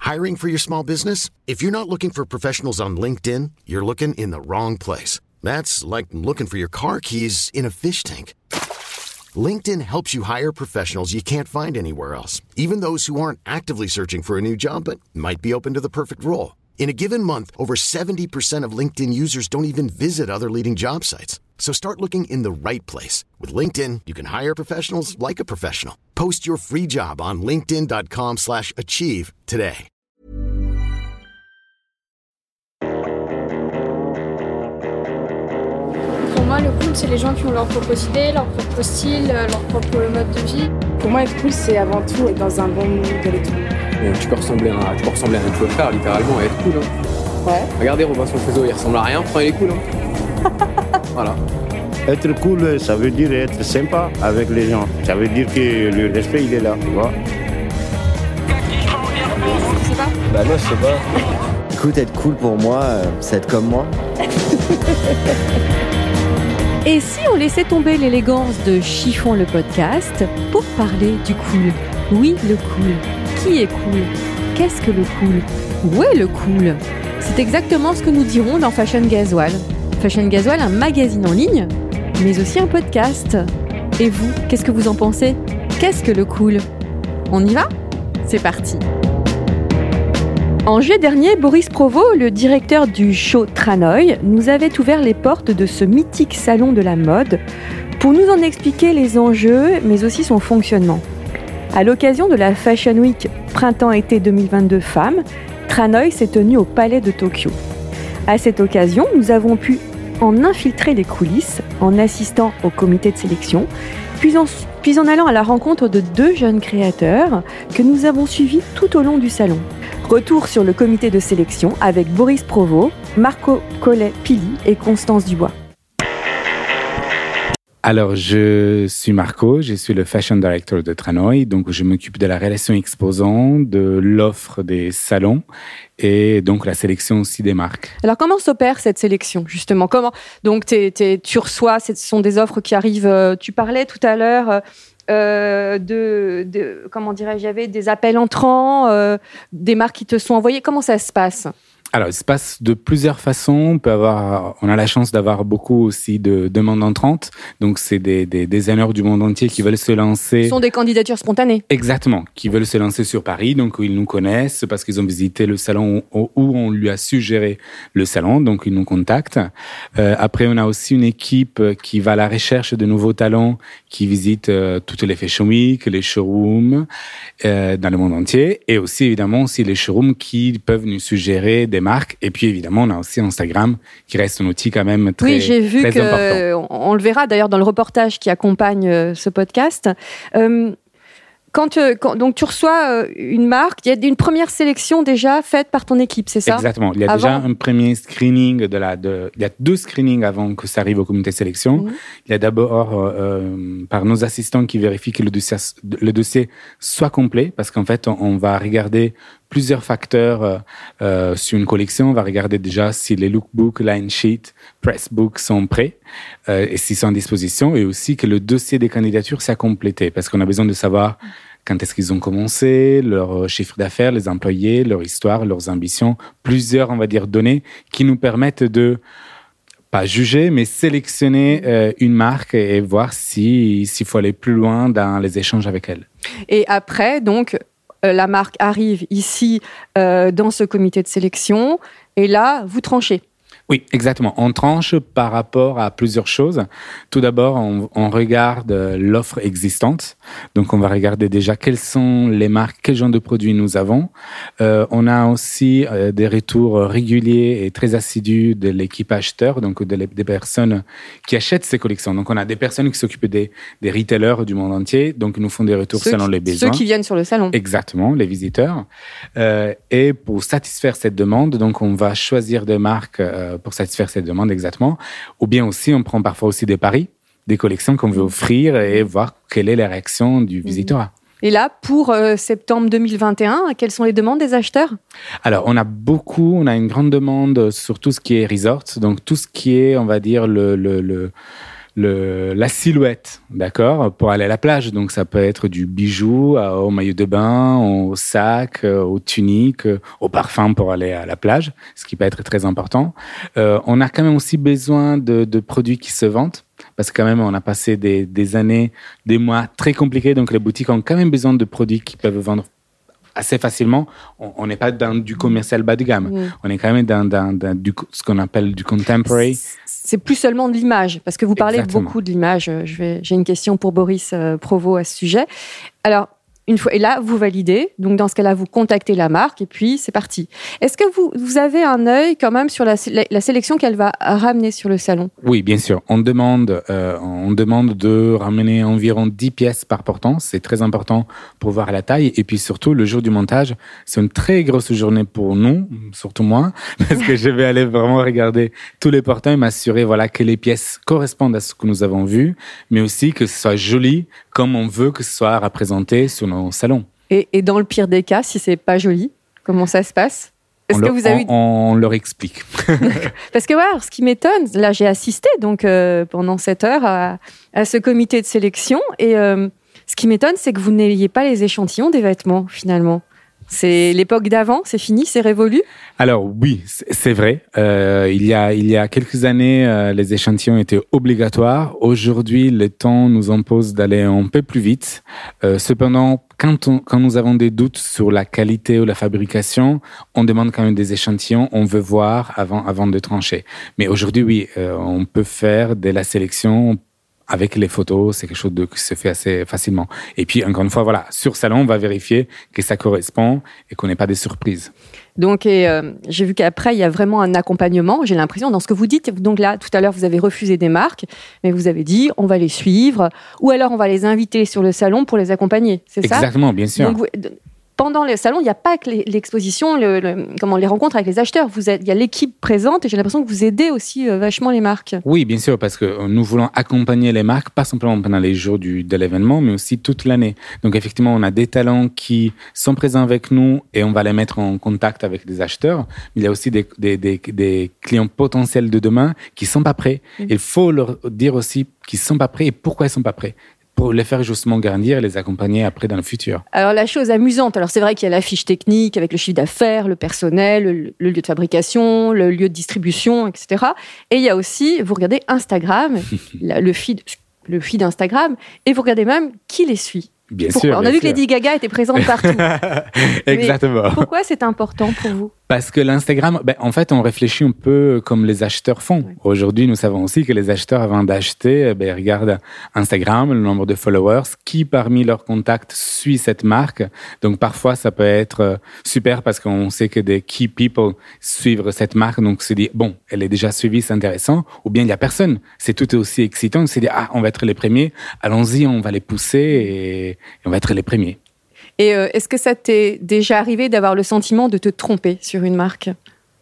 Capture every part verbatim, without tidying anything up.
Hiring for your small business? If you're not looking for professionals on LinkedIn, you're looking in the wrong place. That's like looking for your car keys in a fish tank. LinkedIn helps you hire professionals you can't find anywhere else, even those who aren't actively searching for a new job but might be open to the perfect role. In a given month, over seventy percent of LinkedIn users don't even visit other leading job sites. So start looking in the right place. With LinkedIn, you can hire professionals like a professional. Post your free job on linkedin.com slash achieve today. Pour moi, le cool, c'est les gens qui ont leur propre idée, leur propre style, leur propre mode de vie. Pour moi, être cool, c'est avant tout être dans un bon mood de l'équipe. Tu peux ressembler à, tu peux ressembler à notre frère, littéralement, et être cool. Hein. Ouais. Regardez Robinson Crusoe, il ressemble à rien, pourtant il est cool. Hein. Voilà. Être cool, ça veut dire être sympa avec les gens. Ça veut dire que le respect, il est là, tu vois. Je sais pas. Bah moi, je sais pas. Écoute, être cool pour moi, c'est être comme moi. Et si on laissait tomber l'élégance de Chiffon le podcast pour parler du cool? Oui, le cool. Qui est cool? Qu'est-ce que le cool? Où est le cool? C'est exactement ce que nous dirons dans Fashion Gasoil. Fashion Gasoil, un magazine en ligne, mais aussi un podcast. Et vous, qu'est-ce que vous en pensez? Qu'est-ce que le cool? On y va? C'est parti. En juillet dernier, Boris Provost, le directeur du show Tranoï, nous avait ouvert les portes de ce mythique salon de la mode pour nous en expliquer les enjeux, mais aussi son fonctionnement. À l'occasion de la Fashion Week Printemps-été deux mille vingt-deux Femmes, Tranoï s'est tenu au Palais de Tokyo. À cette occasion, nous avons pu en infiltrer les coulisses en assistant au comité de sélection, puis en, puis en allant à la rencontre de deux jeunes créateurs que nous avons suivis tout au long du salon. Retour sur le comité de sélection avec Boris Provost, Marco Collet-Pili et Constance Dubois. Alors, je suis Marco, je suis le Fashion Director de Tranoï, donc je m'occupe de la relation exposant, de l'offre des salons et donc la sélection aussi des marques. Alors, comment s'opère cette sélection, justement? Comment donc t'es, t'es, tu reçois, ce sont des offres qui arrivent, tu parlais tout à l'heure euh, de, de, comment dirais-je, il y avait des appels entrants, euh, des marques qui te sont envoyées, comment ça se passe? Alors, il se passe de plusieurs façons. On peut avoir, on a la chance d'avoir beaucoup aussi de demandes entrantes. Donc, c'est des, des designers du monde entier qui veulent se lancer. Ce sont des candidatures spontanées. Exactement. Qui veulent se lancer sur Paris. Donc, ils nous connaissent parce qu'ils ont visité le salon où on lui a suggéré le salon. Donc, ils nous contactent. Euh, après, on a aussi une équipe qui va à la recherche de nouveaux talents, qui visite euh, toutes les Fashion Week, les showrooms euh, dans le monde entier. Et aussi, évidemment, aussi les showrooms qui peuvent nous suggérer des marques. Et puis, évidemment, on a aussi Instagram qui reste un outil quand même très, oui, j'ai vu très que, important. On le verra d'ailleurs dans le reportage qui accompagne euh, ce podcast. Euh, Quand, quand, donc tu reçois une marque, il y a une première sélection déjà faite par ton équipe, c'est ça? Exactement. Il y a avant... déjà un premier screening, de la, de, il y a deux screenings avant que ça arrive au comité de sélection. Mmh. Il y a d'abord euh, par nos assistants qui vérifient que le dossier, le dossier soit complet, parce qu'en fait, on, on va regarder plusieurs facteurs euh, sur une collection. On va regarder déjà si les lookbooks, line sheets, pressbooks sont prêts euh, et s'ils sont en disposition, et aussi que le dossier des candidatures soit complété, parce qu'on a besoin de savoir quand est-ce qu'ils ont commencé, leur chiffre d'affaires, les employés, leur histoire, leurs ambitions, plusieurs, on va dire, données qui nous permettent de pas juger, mais sélectionner euh, une marque et voir si, s'il faut aller plus loin dans les échanges avec elle. Et après, donc, euh, la marque arrive ici euh, dans ce comité de sélection et là, vous tranchez. Oui, exactement. On tranche par rapport à plusieurs choses. Tout d'abord, on, on regarde l'offre existante. Donc, on va regarder déjà quelles sont les marques, quel genre de produits nous avons. Euh, on a aussi euh, des retours réguliers et très assidus de l'équipe acheteur, donc de, des personnes qui achètent ces collections. Donc, on a des personnes qui s'occupent des, des retailers du monde entier, donc ils nous font des retours ceux selon qui, les besoins. Ceux qui viennent sur le salon. Exactement, les visiteurs. Euh, et pour satisfaire cette demande, donc on va choisir des marques euh, pour satisfaire cette demande exactement, ou bien aussi on prend parfois aussi des paris, des collections qu'on veut offrir et voir quelle est la réaction du visiteur. Et là, pour euh, septembre deux mille vingt et un, quelles sont les demandes des acheteurs? Alors, on a beaucoup, on a une grande demande sur tout ce qui est resort, donc tout ce qui est, on va dire, le... le, le le, la silhouette, d'accord, pour aller à la plage. Donc, ça peut être du bijou euh, au maillot de bain, au sac, euh, aux tuniques, euh, au parfum pour aller à la plage, ce qui peut être très important. Euh, on a quand même aussi besoin de, de produits qui se vendent. Parce que quand même, on a passé des, des années, des mois très compliqués. Donc, les boutiques ont quand même besoin de produits qui peuvent vendre assez facilement. On n'est pas dans du commercial bas de gamme. Mmh. On est quand même dans, dans, dans du, ce qu'on appelle du contemporary. C'est plus seulement de l'image, parce que vous parlez Exactement. beaucoup de l'image. Je vais, j'ai une question pour Boris euh, Provost à ce sujet. Alors, une fois, et là, vous validez. Donc, dans ce cas-là, vous contactez la marque et puis c'est parti. Est-ce que vous, vous avez un œil quand même sur la, la, la sélection qu'elle va ramener sur le salon ? Oui, bien sûr. On demande, euh, on demande de ramener environ dix pièces par portant. C'est très important pour voir la taille. Et puis surtout, le jour du montage, c'est une très grosse journée pour nous, surtout moi, parce que je vais aller vraiment regarder tous les portants et m'assurer voilà, que les pièces correspondent à ce que nous avons vu, mais aussi que ce soit joli comme on veut que ce soit représenté sur nos salons. Et, et dans le pire des cas, si c'est pas joli, comment ça se passe ? Est-ce on, que leur, vous avez... on, on leur explique. Parce que ouais, ce qui m'étonne, là j'ai assisté donc euh, pendant cette heure à, à ce comité de sélection et euh, ce qui m'étonne, c'est que vous n'ayez pas les échantillons des vêtements finalement. C'est l'époque d'avant, c'est fini, c'est révolu ? Alors oui, c'est vrai. Euh, il y a il y a quelques années, euh, les échantillons étaient obligatoires. Aujourd'hui, le temps nous impose d'aller un peu plus vite. Euh, cependant, quand on, quand nous avons des doutes sur la qualité ou la fabrication, on demande quand même des échantillons. On veut voir avant avant de trancher. Mais aujourd'hui, oui, euh, on peut faire de la sélection. Avec les photos, c'est quelque chose de, qui se fait assez facilement. Et puis, encore une fois, voilà, sur salon, on va vérifier que ça correspond et qu'on n'ait pas des surprises. Donc, et, euh, j'ai vu qu'après, il y a vraiment un accompagnement, j'ai l'impression, dans ce que vous dites. Donc là, tout à l'heure, vous avez refusé des marques, mais vous avez dit, on va les suivre, ou alors on va les inviter sur le salon pour les accompagner, c'est ça ? Exactement, bien sûr. Donc, vous, pendant le salon, il n'y a pas que l'exposition, le, le, comment, les rencontres avec les acheteurs. Vous êtes, il y a l'équipe présente et j'ai l'impression que vous aidez aussi euh, vachement les marques. Oui, bien sûr, parce que nous voulons accompagner les marques, pas simplement pendant les jours du, de l'événement, mais aussi toute l'année. Donc, effectivement, on a des talents qui sont présents avec nous et on va les mettre en contact avec des acheteurs. Il y a aussi des, des, des, des clients potentiels de demain qui ne sont pas prêts. Mmh. Il faut leur dire aussi qu'ils ne sont pas prêts et pourquoi ils ne sont pas prêts, pour les faire justement grandir et les accompagner après dans le futur. Alors, la chose amusante, alors c'est vrai qu'il y a la fiche technique avec le chiffre d'affaires, le personnel, le, le lieu de fabrication, le lieu de distribution, et cetera. Et il y a aussi, vous regardez Instagram, la, le, feed, le feed Instagram, et vous regardez même qui les suit. Bien pourquoi ? sûr. On bien a vu sûr. que Lady Gaga était présente partout. Exactement. Mais pourquoi c'est important pour vous ? Parce que l'Instagram, ben, en fait, on réfléchit un peu comme les acheteurs font. Oui. Aujourd'hui, nous savons aussi que les acheteurs, avant d'acheter, ben, regardent Instagram, le nombre de followers, qui parmi leurs contacts suit cette marque. Donc, parfois, ça peut être super parce qu'on sait que des key people suivent cette marque. Donc, se dit, bon, elle est déjà suivie, c'est intéressant. Ou bien, il n'y a personne. C'est tout aussi excitant. On se dit, ah, on va être les premiers. Allons-y, on va les pousser et Et on va être les premiers. Et euh, est-ce que ça t'est déjà arrivé d'avoir le sentiment de te tromper sur une marque ?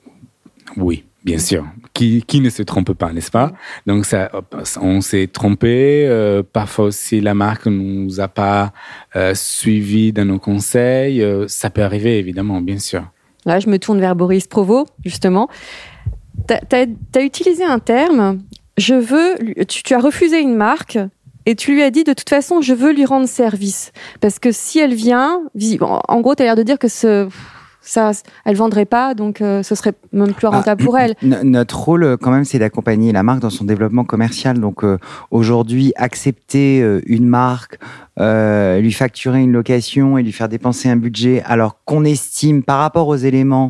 Oui, bien sûr. Qui, qui ne se trompe pas, n'est-ce pas ? Donc, ça, on s'est trompé. Euh, parfois aussi, la marque ne nous a pas euh, suivis dans nos conseils. Euh, ça peut arriver, évidemment, bien sûr. Là, je me tourne vers Boris Provost, justement. T'as, t'as, t'as utilisé un terme. Je veux. Tu, tu as refusé une marque. Et tu lui as dit, de toute façon, je veux lui rendre service. Parce que si elle vient, en gros, tu as l'air de dire que ce, ça, elle ne vendrait pas, donc euh, ce serait même plus rentable ah, pour elle. N- notre rôle, quand même, c'est d'accompagner la marque dans son développement commercial. Donc euh, aujourd'hui, accepter euh, une marque, euh, lui facturer une location et lui faire dépenser un budget, alors qu'on estime, par rapport aux éléments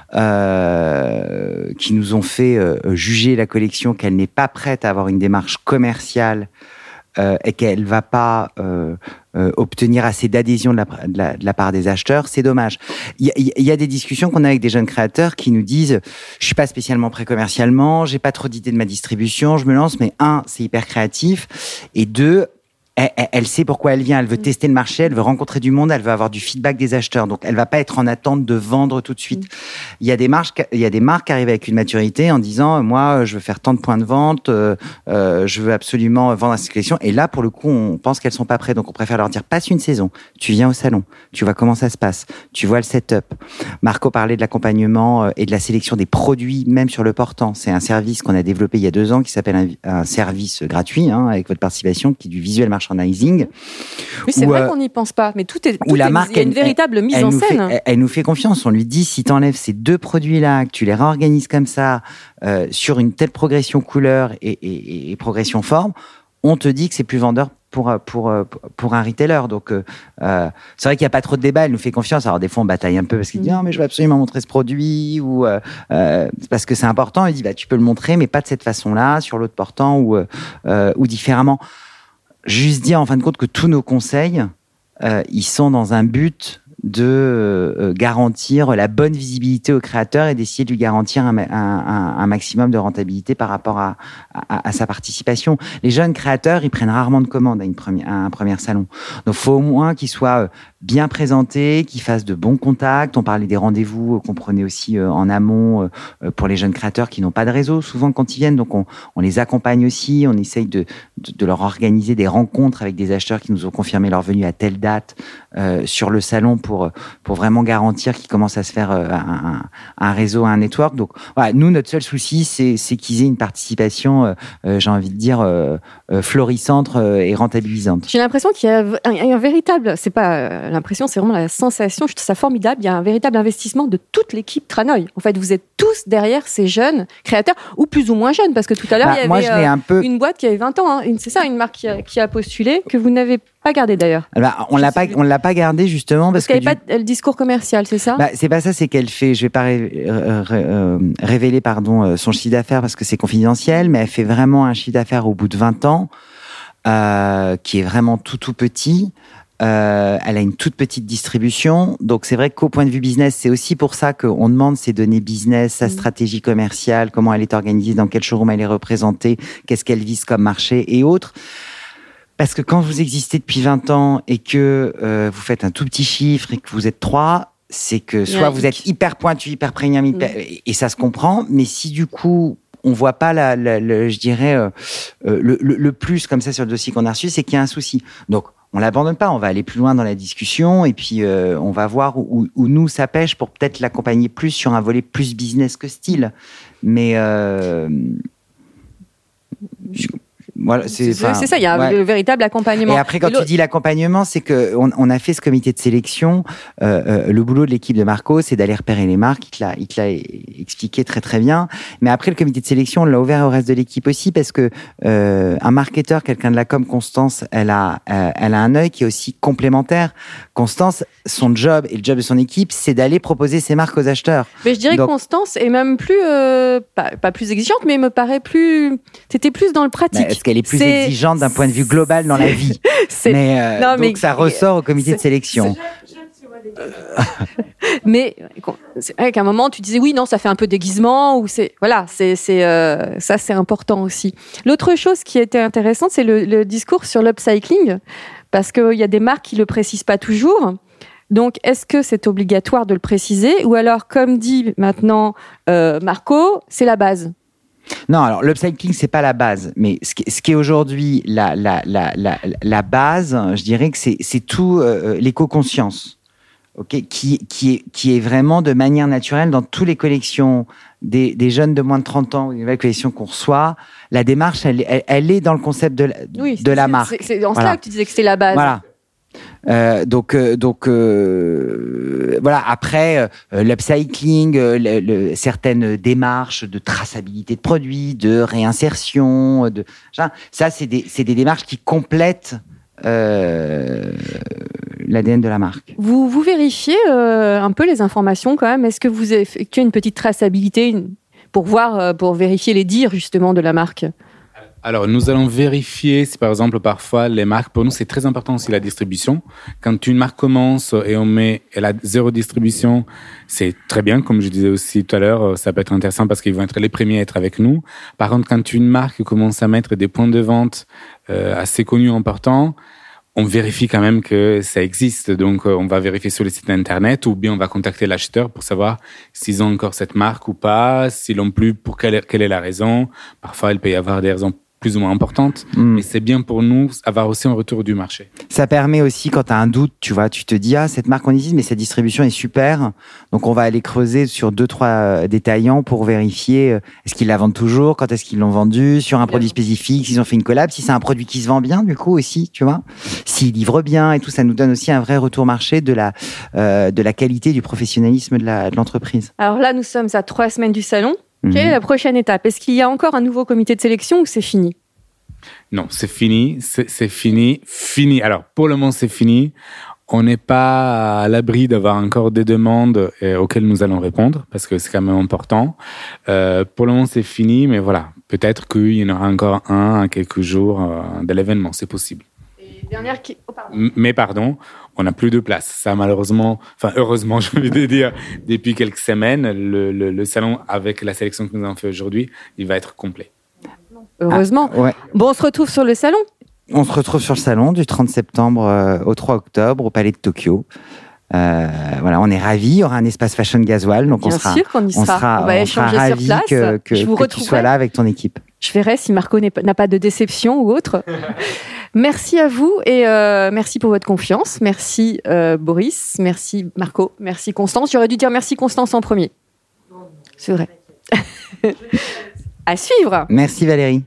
euh, qui nous ont fait euh, juger la collection, qu'elle n'est pas prête à avoir une démarche commerciale, Euh, et qu'elle va pas euh, euh, obtenir assez d'adhésion de la, de, la, de la part des acheteurs, c'est dommage. Il y, y, y a des discussions qu'on a avec des jeunes créateurs qui nous disent je suis pas spécialement prêt commercialement, j'ai pas trop d'idées de ma distribution, je me lance, mais un, c'est hyper créatif, et deux, Elle, elle, elle sait pourquoi elle vient, elle veut mmh. tester le marché, elle veut rencontrer du monde, elle veut avoir du feedback des acheteurs. Donc, elle va pas être en attente de vendre tout de suite. Mmh. Il y a des marques, il y a des marques qui arrivent avec une maturité en disant, moi, je veux faire tant de points de vente, euh, euh, je veux absolument vendre à cette collection. Et là, pour le coup, on pense qu'elles sont pas prêtes. Donc, on préfère leur dire, passe une saison. Tu viens au salon. Tu vois comment ça se passe. Tu vois le setup. Marco parlait de l'accompagnement et de la sélection des produits, même sur le portant. C'est un service qu'on a développé il y a deux ans qui s'appelle un, un service gratuit, hein, avec votre participation, qui est du visuel merchandising. Oui, c'est où, vrai euh, qu'on n'y pense pas, mais tout est, tout la est marque, il y a une elle, véritable elle, mise elle en nous scène. Fait, elle, elle nous fait confiance. On lui dit, si tu enlèves ces deux produits-là, que tu les réorganises comme ça, euh, sur une telle progression couleur et, et, et progression forme, on te dit que c'est plus vendeur pour, pour, pour un retailer. Donc, euh, c'est vrai qu'il n'y a pas trop de débat. Elle nous fait confiance. Alors, des fois, on bataille un peu parce qu'il dit, non, mais je veux absolument montrer ce produit, ou euh, euh, parce que c'est important. Il dit, bah, tu peux le montrer, mais pas de cette façon-là, sur l'autre portant, ou, euh, ou différemment. Juste dire en fin de compte que tous nos conseils, euh, ils sont dans un but de euh, garantir la bonne visibilité au créateur et d'essayer de lui garantir un, un, un, un maximum de rentabilité par rapport à, à, à sa participation. Les jeunes créateurs, ils prennent rarement de commandes à, une première, à un premier salon. Donc, il faut au moins qu'ils soient bien présentés, qu'ils fassent de bons contacts. On parlait des rendez-vous qu'on prenait aussi en amont pour les jeunes créateurs qui n'ont pas de réseau, souvent quand ils viennent. Donc, on, on les accompagne aussi. On essaye de, de, de leur organiser des rencontres avec des acheteurs qui nous ont confirmé leur venue à telle date euh, sur le salon pour, pour vraiment garantir qu'il commence à se faire euh, un, un réseau, un network. Donc, voilà, nous, notre seul souci, c'est, c'est qu'ils aient une participation, euh, euh, j'ai envie de dire, euh, euh, florissante euh, et rentabilisante. J'ai l'impression qu'il y a un, un véritable, c'est pas euh, l'impression, c'est vraiment la sensation, je trouve ça formidable, il y a un véritable investissement de toute l'équipe Tranoï. En fait, vous êtes tous derrière ces jeunes créateurs, ou plus ou moins jeunes, parce que tout à l'heure, bah, il y avait moi, je euh, un peu... une boîte qui avait vingt ans, hein, une, c'est ça, une marque qui a, qui a postulé, que vous n'avez pas gardé d'ailleurs. Bah, on l'a pas, on l'a pas gardé justement parce, parce qu'elle que n'avait du... pas le discours commercial, c'est ça? Bah, c'est pas ça, c'est qu'elle fait. Je vais pas ré... euh, euh, révéler, pardon, son chiffre d'affaires parce que c'est confidentiel, mais elle fait vraiment un chiffre d'affaires au bout de vingt ans euh, qui est vraiment tout tout petit. Euh, elle a une toute petite distribution, donc c'est vrai qu'au point de vue business, c'est aussi pour ça qu'on demande ses données business, sa stratégie commerciale, comment elle est organisée, dans quel showroom elle est représentée, qu'est-ce qu'elle vise comme marché et autres. Parce que quand vous existez depuis vingt ans et que euh, vous faites un tout petit chiffre et que vous êtes trois, c'est que soit vous êtes hyper pointu, hyper premium, hyper, mmh. et ça se comprend, mais si du coup on voit pas la, la, la je dirais euh, le, le, le plus comme ça sur le dossier qu'on a reçu, c'est qu'il y a un souci. Donc on l'abandonne pas, on va aller plus loin dans la discussion et puis euh, on va voir où, où nous ça pêche pour peut-être l'accompagner plus sur un volet plus business que style. Mais euh, je, voilà, c'est, c'est, c'est ça, il y a ouais. le véritable accompagnement. Et après, quand et tu dis l'accompagnement, c'est que on, on a fait ce comité de sélection. Euh, euh, le boulot de l'équipe de Marco, c'est d'aller repérer les marques. Il te l'a, il te l'a expliqué très très bien. Mais après, le comité de sélection, on l'a ouvert au reste de l'équipe aussi parce que euh, un marketeur, quelqu'un de la com, Constance, elle a, euh, elle a un œil qui est aussi complémentaire. Constance, son job et le job de son équipe, c'est d'aller proposer ses marques aux acheteurs. Mais je dirais Donc, que Constance est même plus, euh, pas, pas plus exigeante, mais me paraît plus, c'était plus dans le pratique. Bah, Elle est plus c'est, exigeante d'un point de vue global dans la vie. C'est, mais, euh, non, donc mais ça ressort au comité c'est, de sélection. Mais c'est vrai qu'à un moment tu disais oui non ça fait un peu déguisement ou c'est voilà c'est c'est euh, ça c'est important aussi. L'autre chose qui était intéressante c'est le, le discours sur l'upcycling parce qu'il y a des marques qui le précisent pas toujours. Donc, est-ce que c'est obligatoire de le préciser ou alors, comme dit maintenant euh, Marco, c'est la base? Non, alors l'upcycling c'est pas la base, mais ce qui, ce qui est aujourd'hui la la la la la base, je dirais que c'est c'est tout euh, l'éco-conscience, ok, qui qui est qui est vraiment de manière naturelle dans toutes les collections des des jeunes de moins de trente ans ou des nouvelles collections qu'on reçoit. La démarche, elle elle, elle est dans le concept de la, oui, de la marque. C'est, c'est en voilà. cela que tu disais que c'était la base. Voilà. Euh, donc, euh, donc euh, voilà. Après, euh, l'upcycling, euh, le, le, certaines démarches de traçabilité de produits, de réinsertion, de ça, c'est des, c'est des démarches qui complètent euh, l'A D N de la marque. Vous, vous vérifiez euh, un peu les informations quand même. Est-ce que vous effectuez une petite traçabilité une, pour voir, pour vérifier les dires justement de la marque? Alors, nous allons vérifier si, par exemple, parfois, les marques, pour nous, c'est très important aussi la distribution. Quand une marque commence et on met, elle a zéro distribution, c'est très bien. Comme je disais aussi tout à l'heure, ça peut être intéressant parce qu'ils vont être les premiers à être avec nous. Par contre, quand une marque commence à mettre des points de vente euh, assez connus, importants, on vérifie quand même que ça existe. Donc, on va vérifier sur le site internet ou bien on va contacter l'acheteur pour savoir s'ils ont encore cette marque ou pas, s'ils l'ont plus, pour quelle, quelle est la raison. Parfois, il peut y avoir des raisons plus ou moins importante, mmh. mais c'est bien pour nous avoir aussi un retour du marché. Ça permet aussi, quand tu as un doute, tu vois, tu te dis, ah, cette marque on utilise, mais cette distribution est super, donc on va aller creuser sur deux, trois détaillants pour vérifier euh, est-ce qu'ils la vendent toujours, quand est-ce qu'ils l'ont vendu, sur un produit spécifique, s'ils ont fait une collab, si c'est un produit qui se vend bien, du coup, aussi, tu vois, s'ils livrent bien et tout, ça nous donne aussi un vrai retour marché de la, euh, de la qualité, du professionnalisme de, la, de l'entreprise. Alors là, nous sommes à trois semaines du salon. Quelle est la prochaine étape ? Est-ce qu'il y a encore un nouveau comité de sélection ou c'est fini ? Non, c'est fini, c'est, c'est fini, fini. Alors, pour le moment, c'est fini. On n'est pas à l'abri d'avoir encore des demandes euh, auxquelles nous allons répondre, parce que c'est quand même important. Euh, pour le moment, c'est fini, mais voilà, peut-être qu'il y en aura encore un à quelques jours euh, de l'événement, c'est possible. Et dernière qui... oh, pardon. Mais pardon, on n'a plus de place. Ça, malheureusement, enfin heureusement, je veux dire, depuis quelques semaines, le, le, le salon, avec la sélection que nous avons fait aujourd'hui, il va être complet. Heureusement. Ah, ouais. Bon, on se retrouve sur le salon. On se retrouve sur le salon du trente septembre euh, au trois octobre au Palais de Tokyo. Euh, voilà, on est ravis. Il y aura un espace fashion gasoil, donc Bien on sera, sûr qu'on y sera. on sera, on va on échanger sera sur ravis place. que, que, Je vous que tu sois là avec ton équipe. Je verrai si Marco n'est, n'a pas de déception ou autre. Merci à vous et euh, merci pour votre confiance. Merci euh, Boris, merci Marco, merci Constance. J'aurais dû dire merci Constance en premier. C'est vrai. À suivre. Merci Valérie.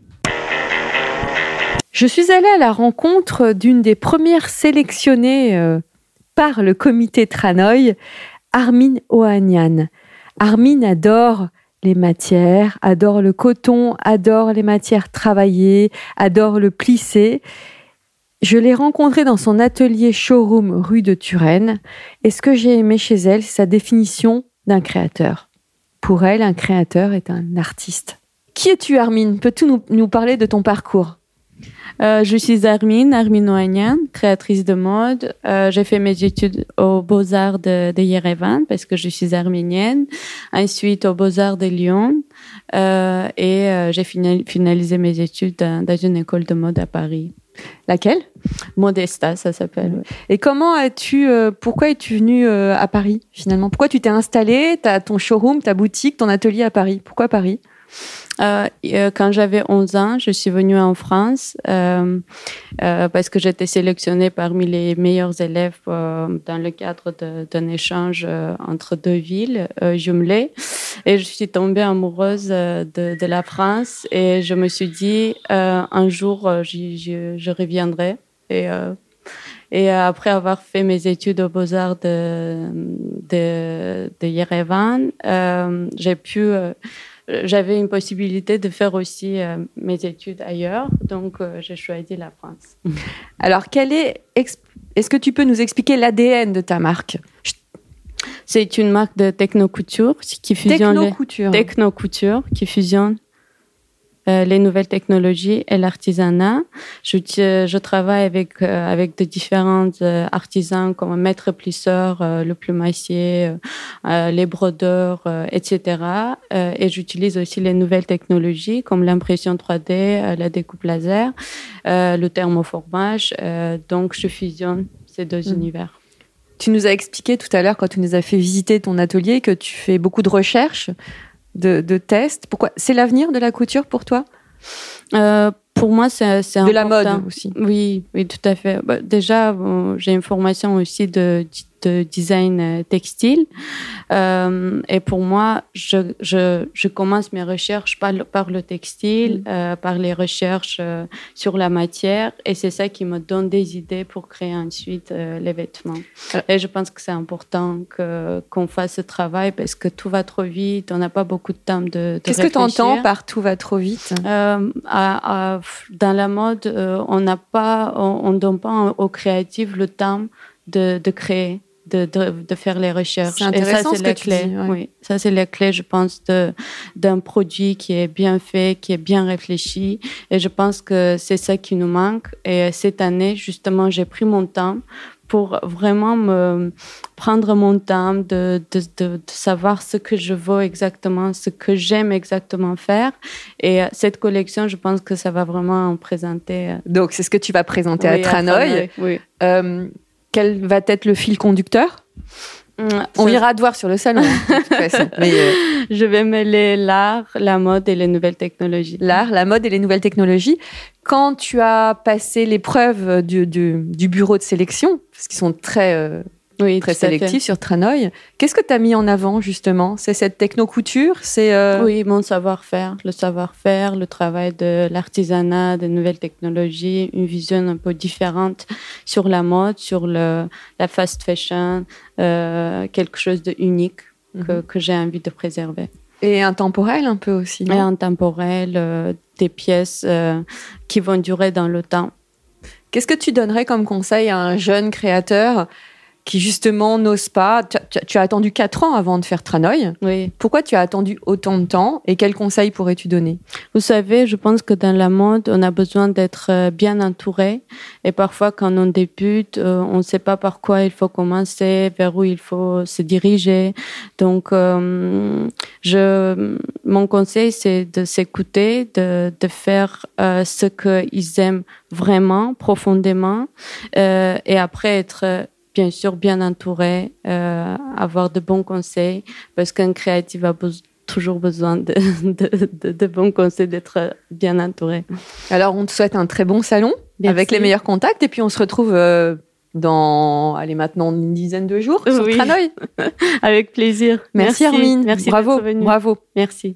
Je suis allée à la rencontre d'une des premières sélectionnées euh, par le comité Tranoï, Armin Ohanian. Armin adore les matières, adore le coton, adore les matières travaillées, adore le plissé. Je l'ai rencontrée dans son atelier showroom rue de Turenne. Et ce que j'ai aimé chez elle, c'est sa définition d'un créateur. Pour elle, un créateur est un artiste. Qui es-tu, Armin ? Peux-tu nous, nous parler de ton parcours ? Euh, je suis Armin, Armin Ohanian, créatrice de mode. Euh, j'ai fait mes études aux Beaux-Arts de, de Yerevan parce que je suis arménienne. Ensuite, aux Beaux-Arts de Lyon. Euh, et euh, j'ai finalisé mes études dans, dans une école de mode à Paris. Laquelle ? Modesta, ça s'appelle. Ouais. Et comment as-tu, euh, pourquoi es-tu venue euh, à Paris, finalement ? Pourquoi tu t'es installée, t'as ton showroom, ta boutique, ton atelier à Paris ? Pourquoi Paris ? Euh, quand j'avais onze ans, je suis venue en France euh, euh, parce que j'étais sélectionnée parmi les meilleurs élèves euh, dans le cadre de, d'un échange euh, entre deux villes euh, jumelées. Et je suis tombée amoureuse euh, de, de la France et je me suis dit euh, un jour euh, j'y, j'y, je reviendrai. Et, euh, et après avoir fait mes études aux Beaux-Arts de, de, de Yerevan, euh, j'ai pu... Euh, J'avais une possibilité de faire aussi euh, mes études ailleurs, donc euh, j'ai choisi la France. Alors, quel est, est-ce que tu peux nous expliquer l'A D N de ta marque ? C'est une marque de techno-couture qui fusionne techno-couture. Les, techno-couture qui fusionne euh, les nouvelles technologies et l'artisanat. Je, je travaille avec euh, avec de différents euh, artisans comme maître plisseur, euh, le plumassier, euh, les brodeurs, euh, et cetera. Euh, et j'utilise aussi les nouvelles technologies comme l'impression trois D, euh, la découpe laser, euh, le thermoformage. Euh, donc, je fusionne ces deux mmh. univers. Tu nous as expliqué tout à l'heure, quand tu nous as fait visiter ton atelier, que tu fais beaucoup de recherches, de, de tests. Pourquoi ? C'est l'avenir de la couture pour toi ? euh, Pour moi, c'est, c'est de important. La mode aussi. Oui, oui, tout à fait. Bah, déjà, bon, j'ai une formation aussi de, de design textile. Euh, et pour moi, je, je, je commence mes recherches par le, par le textile, mmh. euh, par les recherches euh, sur la matière. Et c'est ça qui me donne des idées pour créer ensuite euh, les vêtements. Et je pense que c'est important que, qu'on fasse ce travail parce que tout va trop vite. On n'a pas beaucoup de temps de, de Qu'est-ce réfléchir. que tu entends par tout va trop vite ? euh, à, à, Dans la mode, euh, on n'a pas, on, on donne pas aux créatifs le temps de, de créer. de, de, de faire les recherches. C'est intéressant et ça, c'est ce la que clé. tu dis. Ouais. Oui, ça, c'est la clé, je pense, de, d'un produit qui est bien fait, qui est bien réfléchi. Et je pense que c'est ça qui nous manque. Et cette année, justement, j'ai pris mon temps pour vraiment me prendre mon temps de, de, de, de savoir ce que je veux exactement, ce que j'aime exactement faire. Et cette collection, je pense que ça va vraiment présenter. Donc, c'est ce que tu vas présenter oui, à Tranoï. À Tranoï, oui. Euh, quel va être le fil conducteur ? Mmh, On ça... ira te voir sur le salon, hein, de toute façon. Mais euh... Je vais mêler l'art, la mode et les nouvelles technologies. L'art, la mode et les nouvelles technologies. Quand tu as passé l'épreuve du, du, du bureau de sélection, parce qu'ils sont très, euh, oui, très sélectifs sur Tranoï, qu'est-ce que tu as mis en avant, justement ? C'est cette techno-couture c'est, euh... Oui, mon savoir-faire. Le savoir-faire, le travail de l'artisanat, des nouvelles technologies, une vision un peu différente sur la mode, sur le, la fast fashion, euh, quelque chose de unique mm-hmm. que, que j'ai envie de préserver. Et intemporel un peu aussi, non ? Et intemporel, euh, des pièces euh, qui vont durer dans le temps. Qu'est-ce que tu donnerais comme conseil à un jeune créateur qui justement n'ose pas ? Tu, tu, tu as attendu quatre ans avant de faire Tranoï. Oui. Pourquoi tu as attendu autant de temps et quels conseils pourrais-tu donner ? Vous savez, je pense que dans la mode, on a besoin d'être bien entouré. Et parfois, quand on débute, on ne sait pas par quoi il faut commencer, vers où il faut se diriger. Donc, euh, je, mon conseil, c'est de s'écouter, de, de faire euh, ce qu'ils aiment vraiment, profondément, euh, et après être bien sûr bien entouré, euh, avoir de bons conseils, parce qu'un créatif a be- toujours besoin de, de, de, de bons conseils, d'être bien entouré. Alors, on te souhaite un très bon salon, Merci. Avec les meilleurs contacts, et puis on se retrouve euh, dans, allez, maintenant une dizaine de jours sur oui. Tranoï. Avec plaisir. Merci, Merci Hermine. Merci bravo, d'être venue. Bravo. Merci.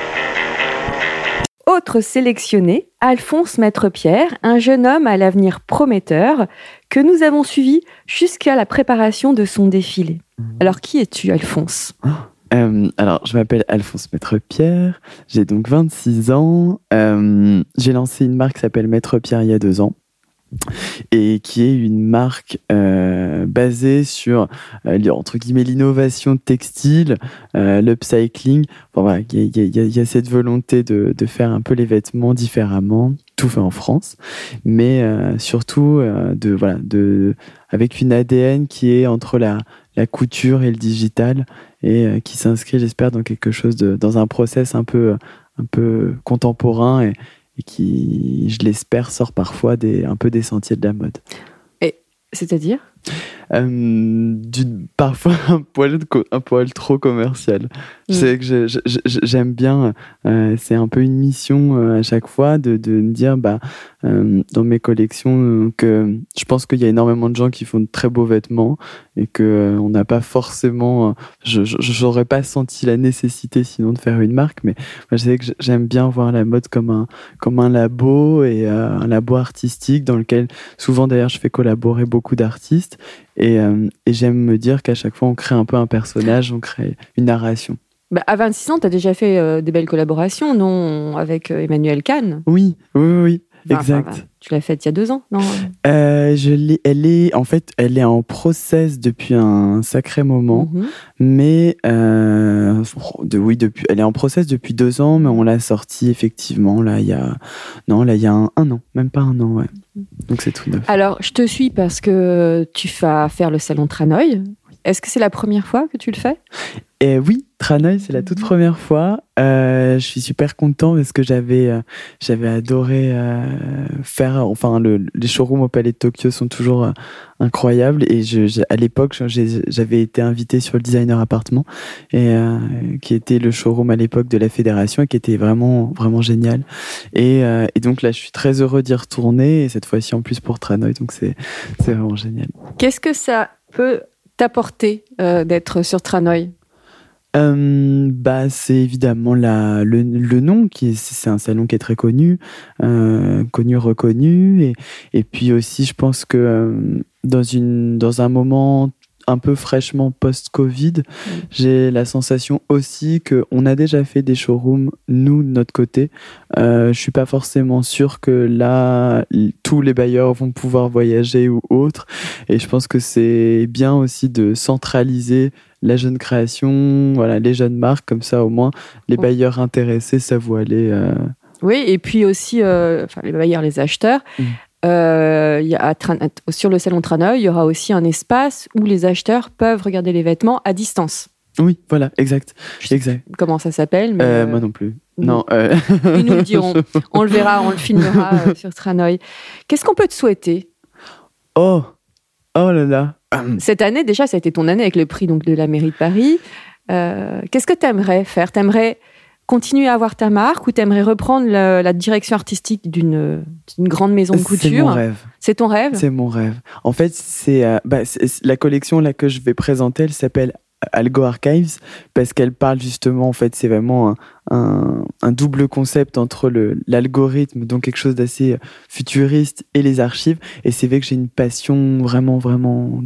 Autre sélectionné, Alphonse Maître-Pierre, un jeune homme à l'avenir prometteur que nous avons suivi jusqu'à la préparation de son défilé. Alors, qui es-tu, Alphonse ? euh, Alors, je m'appelle Alphonse Maître-Pierre, j'ai donc vingt-six ans. Euh, j'ai lancé une marque qui s'appelle Maître-Pierre il y a deux ans. Et qui est une marque euh, basée sur euh, entre guillemets l'innovation textile, euh, l'upcycling. Enfin, voilà, il y, y, y a cette volonté de, de faire un peu les vêtements différemment, tout fait en France, mais euh, surtout euh, de voilà de avec une A D N qui est entre la la couture et le digital et euh, qui s'inscrit, j'espère, dans quelque chose de dans un process un peu un peu contemporain et et qui, je l'espère, sort parfois des, un peu des sentiers de la mode. Et c'est-à-dire euh, du, parfois un poil, un poil trop commercial. Mmh. Je sais que je, je, je, j'aime bien, euh, c'est un peu une mission euh, à chaque fois de, de me dire, bah, euh, dans mes collections, euh, que je pense qu'il y a énormément de gens qui font de très beaux vêtements et qu'on euh, n'a pas forcément, euh, je n'aurais pas senti la nécessité sinon de faire une marque, mais moi, je sais que j'aime bien voir la mode comme un, comme un labo et euh, un labo artistique dans lequel souvent d'ailleurs je fais collaborer beaucoup d'artistes. Et, euh, et j'aime me dire qu'à chaque fois, on crée un peu un personnage, on crée une narration. Bah, à vingt-six ans, tu as déjà fait euh, des belles collaborations, non ? Avec euh, Emmanuel Kahn. Oui, oui, oui, oui. Enfin, exact. Enfin, tu l'as faite il y a deux ans, non ? euh, je l'ai, elle est, en fait, elle est en process depuis un sacré moment, mm-hmm. mais euh, de, oui, depuis, elle est en process depuis deux ans, mais on l'a sortie effectivement là il y a, non, là il y a un, un an, même pas un an, ouais. Donc c'est tout neuf. Alors, je te suis parce que tu vas faire le salon Tranoï. Est-ce que c'est la première fois que tu le fais ? Et oui, Tranoï, c'est la toute première fois. Euh, je suis super content parce que j'avais, euh, j'avais adoré euh, faire. Enfin, le, les showrooms au Palais de Tokyo sont toujours euh, incroyables. Et je, je, à l'époque, j'ai, j'avais été invité sur le Designer Appartement, et euh, qui était le showroom à l'époque de la fédération et qui était vraiment, vraiment génial. Et, euh, et donc là, je suis très heureux d'y retourner. Et cette fois-ci, en plus pour Tranoï, donc c'est, c'est vraiment génial. Qu'est-ce que ça peut t'apporter euh, d'être sur Tranoï ? Euh, bah, c'est évidemment la, le, le nom, qui est, c'est un salon qui est très connu, euh, connu, reconnu, et, et puis aussi, je pense que euh, dans, une, dans un moment un peu fraîchement post-Covid, mmh. j'ai la sensation aussi qu'on a déjà fait des showrooms, nous, de notre côté. Euh, je suis pas forcément sûr que là, tous les bailleurs vont pouvoir voyager ou autre. Et je pense que c'est bien aussi de centraliser la jeune création, voilà, les jeunes marques, comme ça au moins les bailleurs intéressés savent où aller. Euh... Oui, et puis aussi, euh, enfin, les bailleurs, les acheteurs. Mmh. Euh, y a, sur le salon Tranoï, il y aura aussi un espace où les acheteurs peuvent regarder les vêtements à distance. Oui, voilà, exact. exact. Comment ça s'appelle mais euh, euh... Moi non plus. Non. Euh... Ils nous le diront. On le verra, on le filmera euh, sur Tranoï. Qu'est-ce qu'on peut te souhaiter ? Oh, oh là là. Cette année, déjà, ça a été ton année avec le prix donc, de la mairie de Paris. Euh, qu'est-ce que tu aimerais faire ? Tu aimerais continuer à avoir ta marque ou tu aimerais reprendre la, la direction artistique d'une, d'une grande maison de couture ? C'est mon rêve. C'est ton rêve ? C'est mon rêve. En fait, c'est, euh, bah, c'est la collection là, que je vais présenter, elle s'appelle Algo Archives, parce qu'elle parle justement, en fait, c'est vraiment un, un, un double concept entre le, l'algorithme, donc quelque chose d'assez futuriste, et les archives. Et c'est vrai que j'ai une passion vraiment, vraiment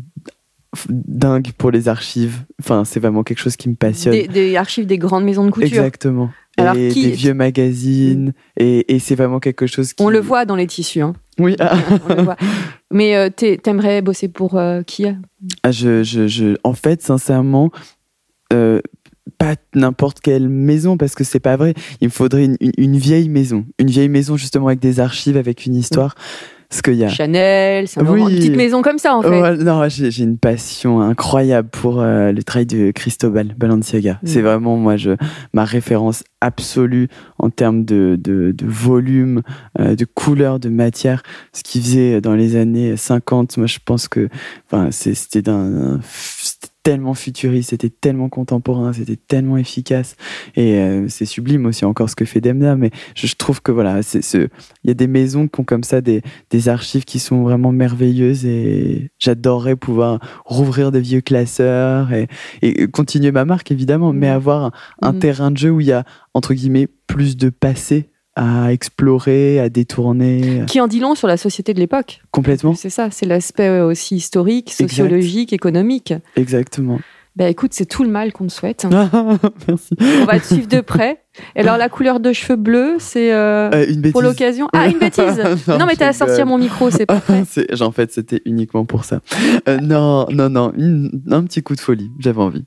dingue pour les archives. Enfin, c'est vraiment quelque chose qui me passionne. Des, des archives des grandes maisons de couture. Exactement. Alors, et qui... des vieux magazines. Mmh. Et, et c'est vraiment quelque chose qui... On le voit dans les tissus. Hein. Oui. Ah. On le voit. Mais euh, t'aimerais bosser pour euh, qui ? ah, je, je, je... En fait, sincèrement, euh, pas n'importe quelle maison, parce que c'est pas vrai. Il me faudrait une, une, une vieille maison. Une vieille maison, justement, avec des archives, avec une histoire. Mmh. Parce qu'il y a... Chanel, Saint-Laurent, oui. Une petite maison comme ça, en fait. Ouais, non, j'ai, j'ai une passion incroyable pour euh, le travail de Cristobal Balenciaga. Mmh. C'est vraiment, moi, je, ma référence absolue en termes de, de, de volume, euh, de couleur, de matière. Ce qu'il faisait dans les années cinquante, moi, je pense que enfin, c'est, c'était d'un... C'était tellement futuriste, c'était tellement contemporain, c'était tellement efficace, et euh, c'est sublime aussi encore ce que fait Demna, mais je, je trouve que voilà, c'est ce, il y a des maisons qui ont comme ça des, des archives qui sont vraiment merveilleuses, et j'adorerais pouvoir rouvrir des vieux classeurs et, et continuer ma marque évidemment, mmh. mais avoir un, un mmh. terrain de jeu où il y a entre guillemets plus de passé à explorer, à détourner. Qui en dit long sur la société de l'époque. Complètement. C'est ça, c'est l'aspect aussi historique, sociologique, exact. Économique. Exactement. Ben écoute, c'est tout le mal qu'on te souhaite. Merci. On va te suivre de près. Et alors, la couleur de cheveux bleus, c'est euh, euh, une bêtise. Pour l'occasion. Ah, une bêtise. non, non, mais t'as sorti à mon micro, c'est pas vrai. c'est, en fait, c'était uniquement pour ça. Euh, non, non, non, une, un petit coup de folie. J'avais envie.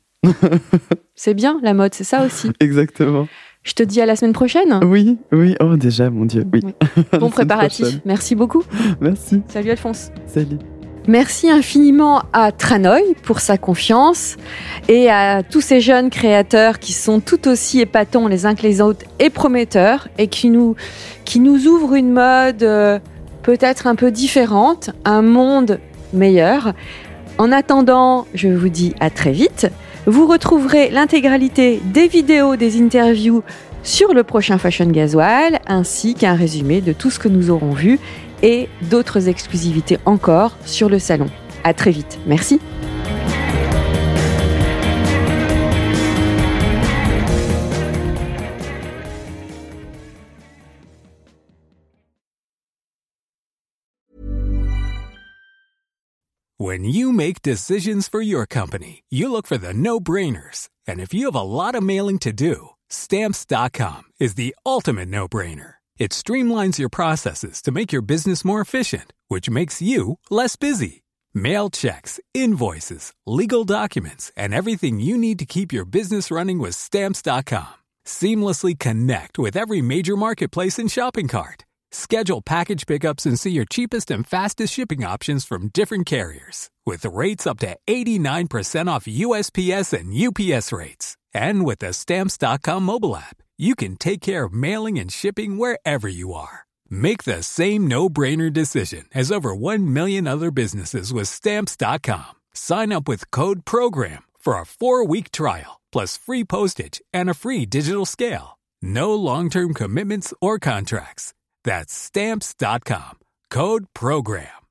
C'est bien, la mode, c'est ça aussi. Exactement. Je te dis à la semaine prochaine. Oui, oui. Oh, déjà, mon Dieu, oui. oui. Bon préparatif. Merci beaucoup. Merci. Salut Alphonse. Salut. Merci infiniment à Tranoï pour sa confiance et à tous ces jeunes créateurs qui sont tout aussi épatants les uns que les autres et prometteurs et qui nous, qui nous ouvrent une mode euh, peut-être un peu différente, un monde meilleur. En attendant, je vous dis à très vite. Vous retrouverez l'intégralité des vidéos, des interviews sur le prochain Fashion Gasoil, ainsi qu'un résumé de tout ce que nous aurons vu et d'autres exclusivités encore sur le salon. À très vite. Merci. When you make decisions for your company, you look for the no-brainers. And if you have a lot of mailing to do, Stamps dot com is the ultimate no-brainer. It streamlines your processes to make your business more efficient, which makes you less busy. Mail checks, invoices, legal documents, and everything you need to keep your business running with Stamps dot com. Seamlessly connect with every major marketplace and shopping cart. Schedule package pickups and see your cheapest and fastest shipping options from different carriers. With rates up to eighty-nine percent off U S P S and U P S rates. And with the Stamps dot com mobile app, you can take care of mailing and shipping wherever you are. Make the same no-brainer decision as over one million other businesses with Stamps dot com. Sign up with code PROGRAM for a four-week trial, plus free postage and a free digital scale. No long-term commitments or contracts. That's Stamps dot com. Code PROGRAM.